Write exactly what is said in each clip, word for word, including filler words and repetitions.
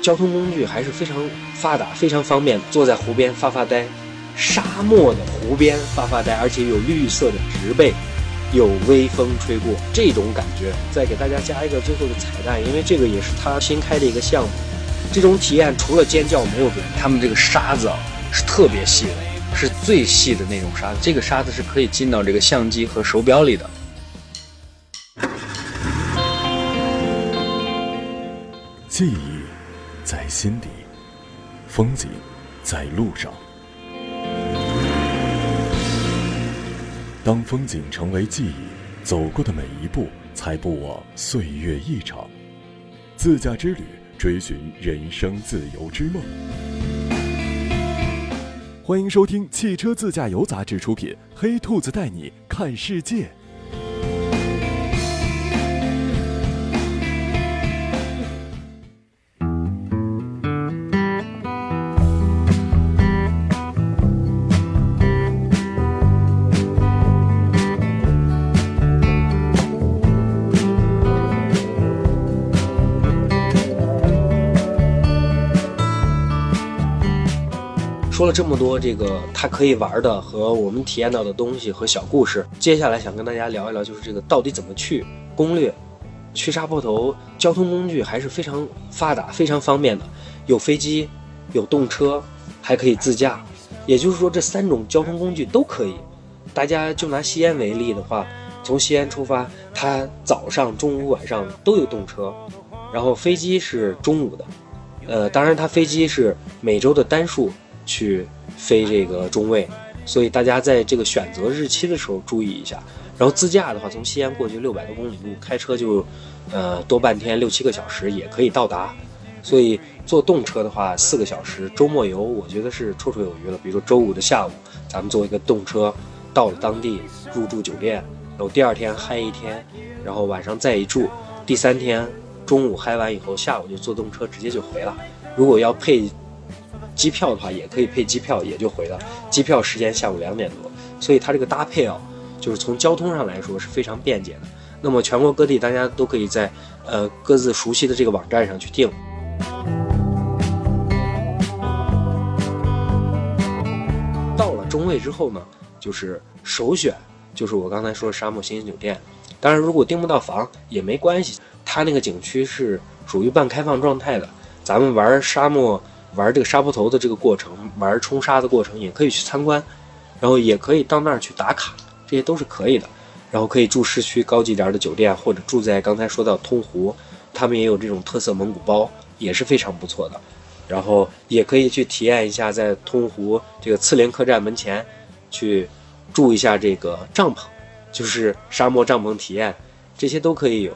交通工具还是非常发达非常方便，坐在湖边发发呆，沙漠的湖边发发呆，而且有绿色的植被，有微风吹过，这种感觉。再给大家加一个最后的彩蛋，因为这个也是他新开的一个项目，这种体验除了尖叫没有别的。他们这个沙子啊是特别细的，是最细的那种沙子，这个沙子是可以进到这个相机和手表里的。 记忆在心底，风景在路上。当风景成为记忆，走过的每一步才不枉岁月一场。自驾之旅，追寻人生自由之梦。欢迎收听《汽车自驾游》杂志出品，黑兔子带你看世界。 说了这么多这个它可以玩的和我们体验到的东西和小故事，接下来想跟大家聊一聊，就是这个到底怎么去攻略。去沙坡头交通工具还是非常发达非常方便的，有飞机，有动车，还可以自驾，也就是说这三种交通工具都可以。大家就拿西安为例的话，从西安出发，它早上中午晚上都有动车，然后飞机是中午的，呃，当然它飞机是每周的单数去飞这个中卫，所以大家在这个选择日期的时候注意一下。然后自驾的话，从西安过去六百多公里路，开车就呃多半天，六七个小时也可以到达。所以坐动车的话，四个小时，周末游我觉得是绰绰有余了。比如说周五的下午，咱们坐一个动车到了当地，入住酒店，然后第二天嗨一天，然后晚上再一住，第三天中午嗨完以后，下午就坐动车直接就回了。如果要配机票的话，也可以配机票，也就回了。机票时间下午两点多，所以它这个搭配啊，就是从交通上来说是非常便捷的。那么全国各地大家都可以在呃各自熟悉的这个网站上去订。到了中卫之后呢，就是首选就是我刚才说的沙漠星星酒店。当然，如果订不到房也没关系，它那个景区是属于半开放状态的，咱们玩沙漠。玩这个沙坡头的这个过程，玩冲沙的过程也可以去参观，然后也可以到那儿去打卡，这些都是可以的。然后可以住市区高级点的酒店，或者住在刚才说到通湖，他们也有这种特色蒙古包，也是非常不错的。然后也可以去体验一下在通湖这个次林客栈门前去住一下这个帐篷，就是沙漠帐篷体验，这些都可以有。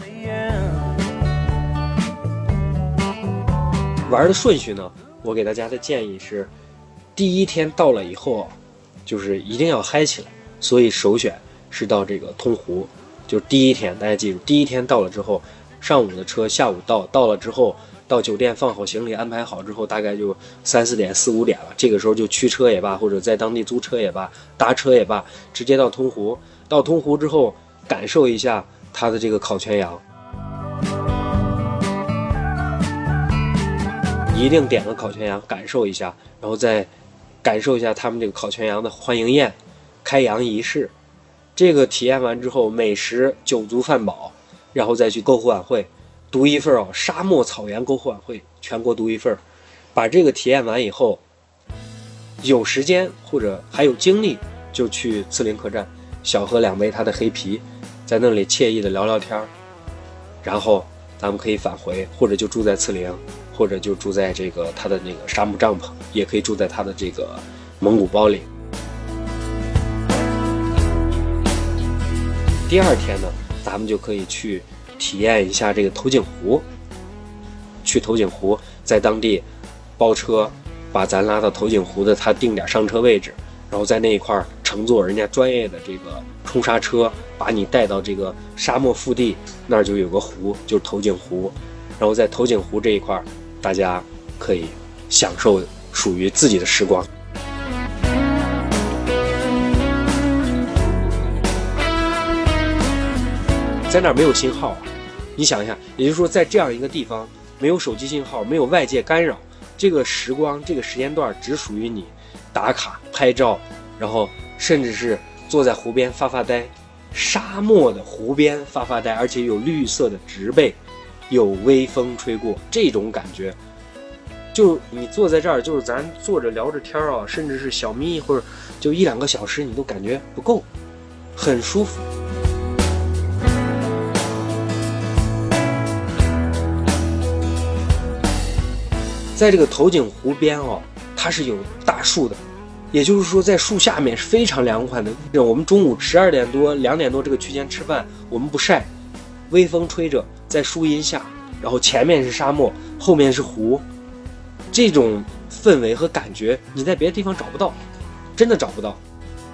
玩的顺序呢，我给大家的建议是，第一天到了以后啊，就是一定要嗨起来，所以首选是到这个通湖。就是第一天，大家记住，第一天到了之后，上午的车下午到，到了之后到酒店放好行李安排好之后，大概就三四点四五点了，这个时候就驱车也罢，或者在当地租车也罢，搭车也罢，直接到通湖。到通湖之后，感受一下它的这个烤全羊。一定点个烤全羊感受一下，然后再感受一下他们这个烤全羊的欢迎宴、开羊仪式。这个体验完之后，美食酒足饭饱，然后再去篝火晚会，独一份哦，沙漠草原篝火晚会全国独一份。把这个体验完以后，有时间或者还有精力，就去次林客栈小喝两杯他的黑啤，在那里惬意的聊聊天，然后咱们可以返回，或者就住在次林，或者就住在这个他的那个沙漠帐篷，也可以住在他的这个蒙古包里。第二天呢，咱们就可以去体验一下这个头颈湖。去头颈湖，在当地包车，把咱拉到头颈湖的他定点上车位置，然后在那一块乘坐人家专业的这个冲沙车，把你带到这个沙漠腹地，那儿就有个湖，就是头颈湖。然后在头颈湖这一块，大家可以享受属于自己的时光。在那儿没有信号啊，你想一下，也就是说在这样一个地方， 没有手机信号，没有外界干扰，这个时光这个时间段只属于你打卡拍照，然后甚至是坐在湖边发发呆，沙漠的湖边发发呆，而且有绿色的植被，有微风吹过，这种感觉就你坐在这儿，就是咱坐着聊着天啊，甚至是小眯或者就一两个小时，你都感觉不够，很舒服。在这个头景湖边哦，它是有大树的，也就是说在树下面是非常凉快的。我们中午十二点多两点多这个区间吃饭，我们不晒，微风吹着，在树荫下，然后前面是沙漠，后面是湖，这种氛围和感觉你在别的地方找不到，真的找不到。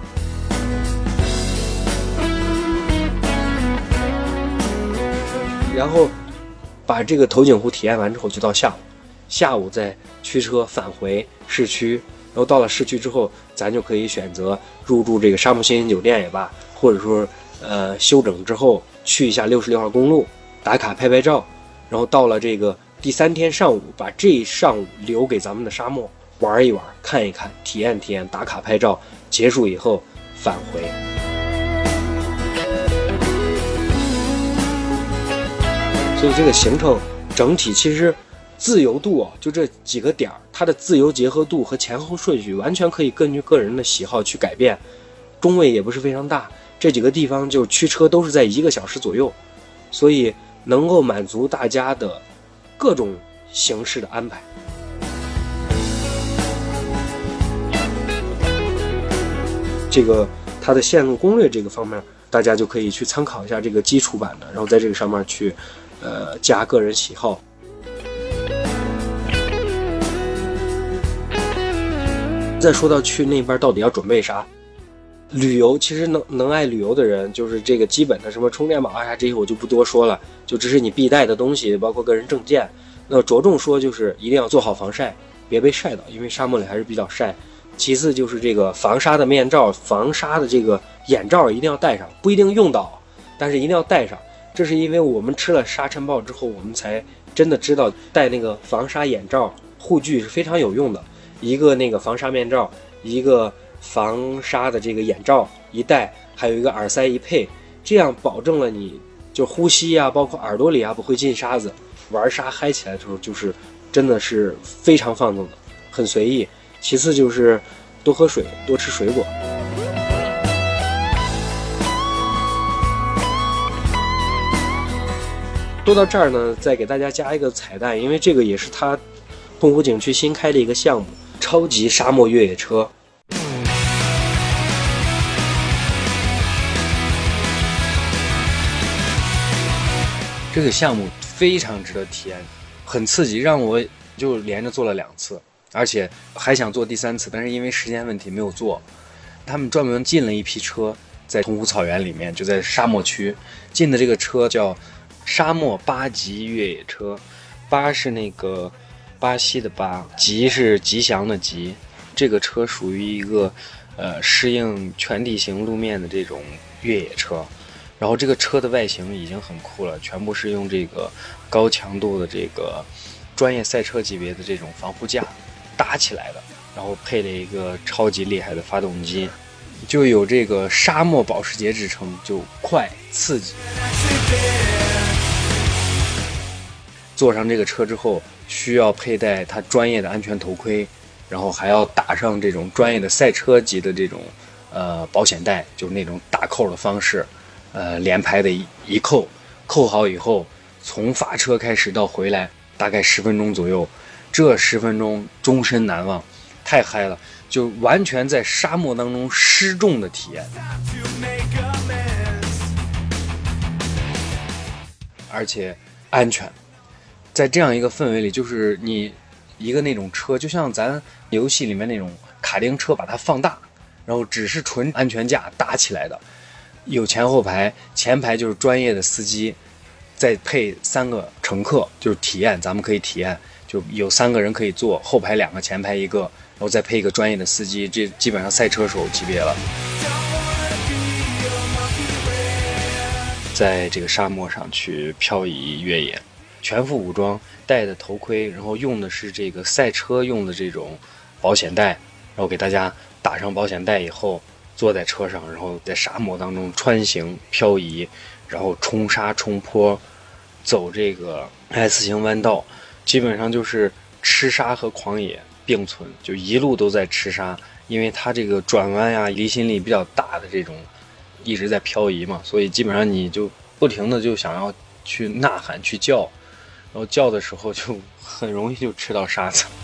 然后把这个头景湖体验完之后，就到下午，下午再驱车返回市区，然后到了市区之后，咱就可以选择入住这个沙漠星级酒店也罢，或者说呃休整之后去一下六十六号公路打卡拍拍照，然后到了这个第三天上午，把这一上午留给咱们的沙漠玩一玩，看一看，体验体验，打卡拍照，结束以后返回。所以这个行程整体其实自由度啊，就这几个点儿，它的自由结合度和前后顺序完全可以根据个人的喜好去改变，中位也不是非常大，这几个地方就驱车都是在一个小时左右，所以能够满足大家的各种形式的安排。这个它的线路攻略这个方面，大家就可以去参考一下这个基础版的，然后在这个上面去呃加个人喜好。再说到去那边到底要准备啥，旅游其实能能爱旅游的人，就是这个基本的什么充电宝啊啥这些我就不多说了，就这是你必带的东西，包括个人证件。那着重说就是一定要做好防晒，别被晒到，因为沙漠里还是比较晒。其次就是这个防沙的面罩、防沙的这个眼罩一定要戴上，不一定用到，但是一定要戴上。这是因为我们吃了沙尘暴之后，我们才真的知道戴那个防沙眼罩护具是非常有用的。一个那个防沙面罩，一个防沙的这个眼罩一戴，还有一个耳塞一配，这样保证了你就呼吸啊，包括耳朵里啊不会进沙子。玩沙嗨起来的时候，就是真的是非常放纵的，很随意。其次就是多喝水，多吃水果。说到这儿呢，再给大家加一个彩蛋，因为这个也是它澎湖景区新开的一个项目——超级沙漠越野车。这个项目非常值得体验，很刺激，让我就连着做了两次，而且还想做第三次，但是因为时间问题没有做。他们专门进了一批车，在澎湖草原里面，就在沙漠区进的这个车叫沙漠八级越野车，八是那个巴西的巴，吉是吉祥的吉。这个车属于一个呃适应全地形路面的这种越野车。然后这个车的外形已经很酷了，全部是用这个高强度的这个专业赛车级别的这种防护架搭起来的，然后配了一个超级厉害的发动机，就有这个沙漠保时捷之称，就快刺激。坐上这个车之后，需要佩戴它专业的安全头盔，然后还要打上这种专业的赛车级的这种呃保险带，就是那种打扣的方式。呃，连排的一一扣，扣好以后，从发车开始到回来，大概十分钟左右，这十分钟终身难忘，太嗨了，就完全在沙漠当中失重的体验，而且安全，在这样一个氛围里，就是你一个那种车，就像咱游戏里面那种卡丁车，把它放大，然后只是纯安全架搭起来的。有前后排，前排就是专业的司机，再配三个乘客，就是体验，咱们可以体验，就有三个人可以坐，后排两个，前排一个，然后再配一个专业的司机，这基本上赛车手级别了。在这个沙漠上去漂移越野， 全副武装，戴的头盔，然后用的是这个赛车用的这种保险带，然后给大家打上保险带以后，坐在车上，然后在沙漠当中穿行漂移，然后冲沙冲坡，走这个 S 型弯道，基本上就是吃沙和狂野并存，就一路都在吃沙，因为它这个转弯呀、离心力比较大的这种一直在漂移嘛，所以基本上你就不停的就想要去呐喊去叫，然后叫的时候就很容易就吃到沙子。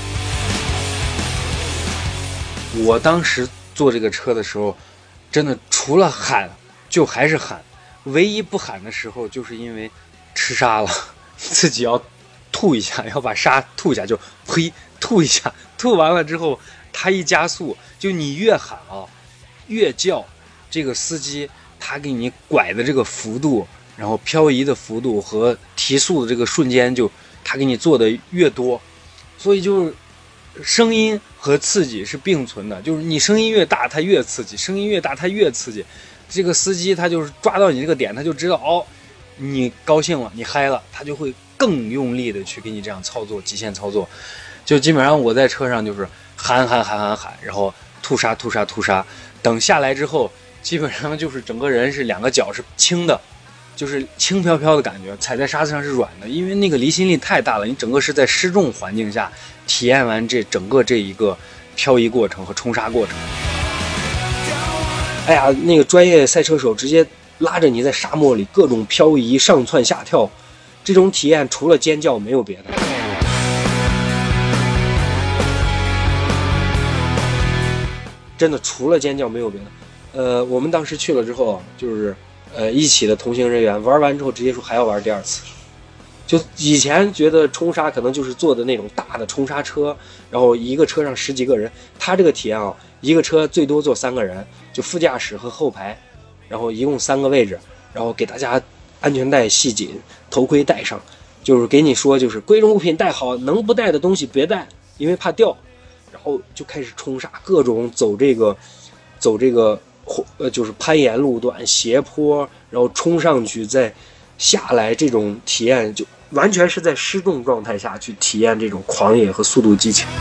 我当时坐这个车的时候，真的除了喊就还是喊，唯一不喊的时候就是因为吃沙了，自己要吐一下，要把沙吐一下，就呸吐一下，吐完了之后它一加速，就你越喊啊越叫，这个司机他给你拐的这个幅度，然后漂移的幅度和提速的这个瞬间，就他给你做的越多，所以就是声音和刺激是并存的，就是你声音越大它越刺激，声音越大它越刺激，这个司机他就是抓到你这个点，他就知道哦你高兴了你嗨了，他就会更用力的去给你这样操作，极限操作。就基本上我在车上就是喊喊喊喊喊，然后吐沙吐沙吐沙，等下来之后基本上就是整个人是两个脚是轻的，就是轻飘飘的感觉，踩在沙子上是软的，因为那个离心力太大了，你整个是在失重环境下体验完这整个这一个漂移过程和冲沙过程。哎呀，那个专业赛车手直接拉着你在沙漠里各种漂移上窜下跳，这种体验除了尖叫没有别的。真的除了尖叫没有别的。呃，我们当时去了之后，就是呃一起的同行人员玩完之后直接说还要玩第二次。就以前觉得冲沙可能就是坐的那种大的冲沙车，然后一个车上十几个人，他这个体验啊，一个车最多坐三个人，就副驾驶和后排，然后一共三个位置，然后给大家安全带系紧，头盔戴上，就是给你说就是贵重物品带好，能不带的东西别带，因为怕掉。然后就开始冲沙，各种走这个走这个呃就是攀岩路段斜坡，然后冲上去再下来，这种体验就完全是在失重状态下去体验这种狂野和速度激情。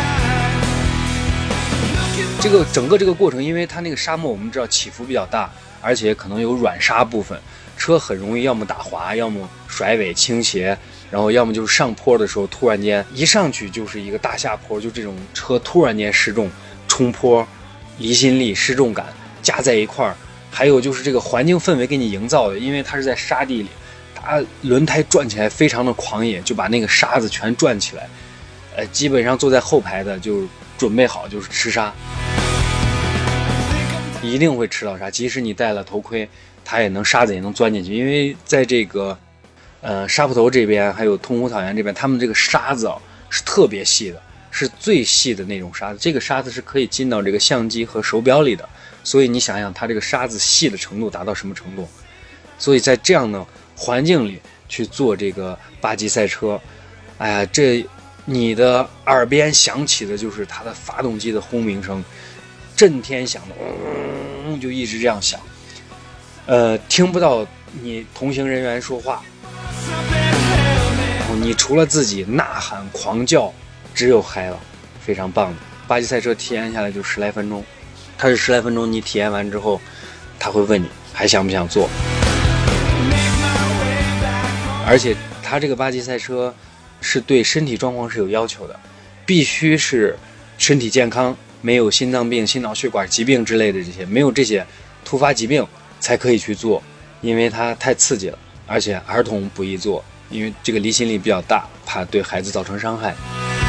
这个整个这个过程，因为它那个沙漠我们知道起伏比较大，而且可能有软沙部分，车很容易要么打滑，要么甩尾倾斜，然后要么就是上坡的时候突然间一上去就是一个大下坡，就这种车突然间失重冲坡，离心力失重感加在一块儿，还有就是这个环境氛围给你营造的，因为它是在沙地里，它轮胎转起来非常的狂野，就把那个沙子全转起来，呃，基本上坐在后排的就准备好就是吃沙，一定会吃到沙，即使你戴了头盔，它也能沙子也能钻进去，因为在这个呃沙坡头这边还有通湖草原这边，他们这个沙子啊是特别细的，是最细的那种沙子，这个沙子是可以进到这个相机和手表里的，所以你想想它这个沙子细的程度达到什么程度，所以在这样的环境里去做这个八级赛车，哎呀，这你的耳边响起的就是它的发动机的轰鸣声，震天响的，嗯，就一直这样响，呃，听不到你同行人员说话，然后你除了自己呐喊狂叫，只有嗨了，非常棒的。八级赛车体验下来就十来分钟，它是十来分钟，你体验完之后，他会问你还想不想做，而且它这个八级赛车是对身体状况是有要求的，必须是身体健康，没有心脏病、心脑血管疾病之类的这些，没有这些突发疾病才可以去做，因为它太刺激了，而且儿童不宜做，因为这个离心力比较大，怕对孩子造成伤害。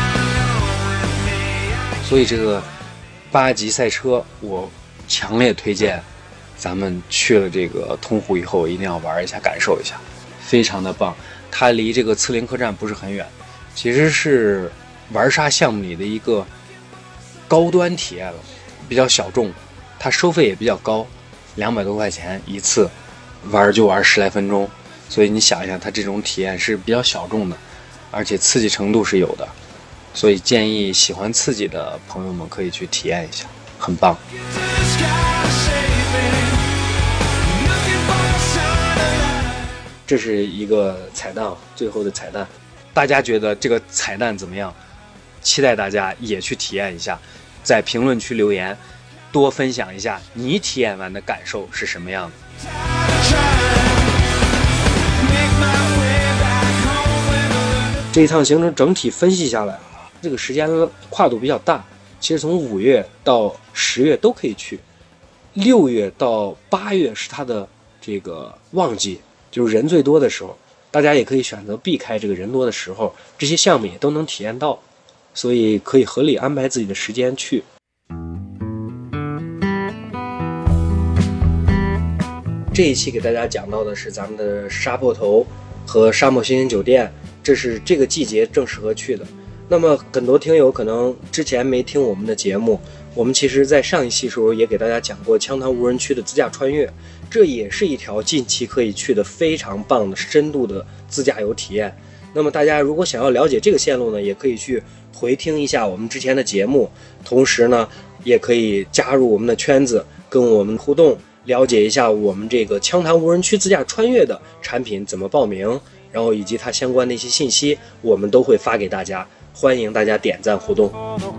所以这个八级赛车我强烈推荐咱们去了这个通湖以后一定要玩一下，感受一下，非常的棒。它离这个淄林客栈不是很远，其实是玩沙项目里的一个高端体验了，比较小众，它收费也比较高，两百多块钱一次，玩就玩十来分钟，所以你想一想，它这种体验是比较小众的，而且刺激程度是有的，所以建议喜欢刺激的朋友们可以去体验一下，很棒。 这是一个彩蛋，最后的彩蛋。大家觉得这个彩蛋怎么样？期待大家也去体验一下，在评论区留言，多分享一下你体验完的感受是什么样的。这一趟行程整体分析下来，这个时间跨度比较大，其实从五月到十月都可以去，六月到八月是它的这个旺季，就是人最多的时候，大家也可以选择避开这个人多的时候，这些项目也都能体验到，所以可以合理安排自己的时间去。这一期给大家讲到的是咱们的沙坡头和沙漠星星酒店，这是这个季节正适合去的。那么很多听友可能之前没听我们的节目，我们其实在上一期时候也给大家讲过羌塘无人区的自驾穿越，这也是一条近期可以去的非常棒的深度的自驾游体验。那么大家如果想要了解这个线路呢，也可以去回听一下我们之前的节目，同时呢也可以加入我们的圈子跟我们互动，了解一下我们这个羌塘无人区自驾穿越的产品怎么报名，然后以及它相关的一些信息我们都会发给大家，欢迎大家点赞互动。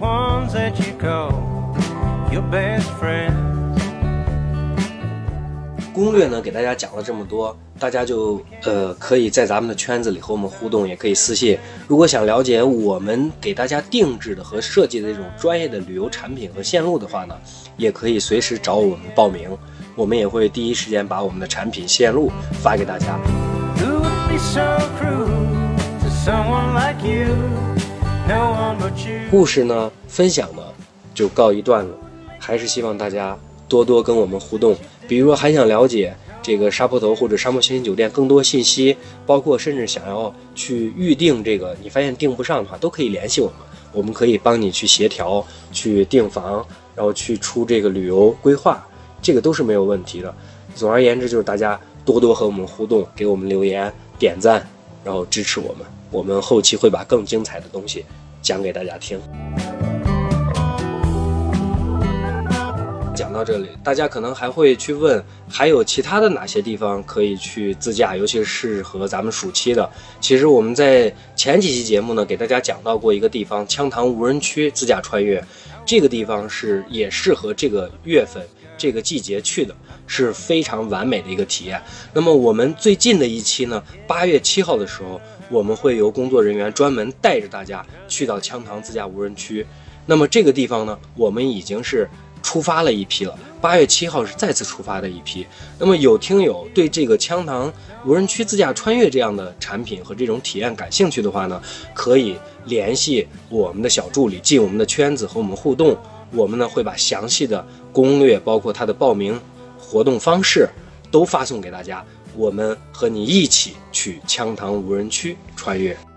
攻略呢给大家讲了这么多，大家就呃可以在咱们的圈子里和我们互动，也可以私信。如果想了解我们给大家定制的和设计的这种专业的旅游产品和线路的话呢，也可以随时找我们报名，我们也会第一时间把我们的产品线路发给大家。故事呢分享呢就告一段落，还是希望大家多多跟我们互动，比如说还想了解这个沙坡头或者沙漠星星酒店更多信息，包括甚至想要去预定这个，你发现订不上的话都可以联系我们，我们可以帮你去协调，去订房，然后去出这个旅游规划，这个都是没有问题的。总而言之就是大家多多和我们互动，给我们留言点赞，然后支持我们，我们后期会把更精彩的东西讲给大家听。讲到这里，大家可能还会去问，还有其他的哪些地方可以去自驾，尤其是适合咱们暑期的。其实我们在前几期节目呢给大家讲到过一个地方，羌塘无人区自驾穿越，这个地方是也适合这个月份这个季节去的，是非常完美的一个体验。那么我们最近的一期呢，八月七号的时候，我们会由工作人员专门带着大家去到羌塘自驾无人区。那么这个地方呢，我们已经是出发了一批了，八月七号是再次出发的一批。那么有听友对这个羌塘无人区自驾穿越这样的产品和这种体验感兴趣的话呢，可以联系我们的小助理，进我们的圈子和我们互动，我们呢会把详细的攻略，包括它的报名活动方式都发送给大家，我们和你一起去羌塘无人区穿越。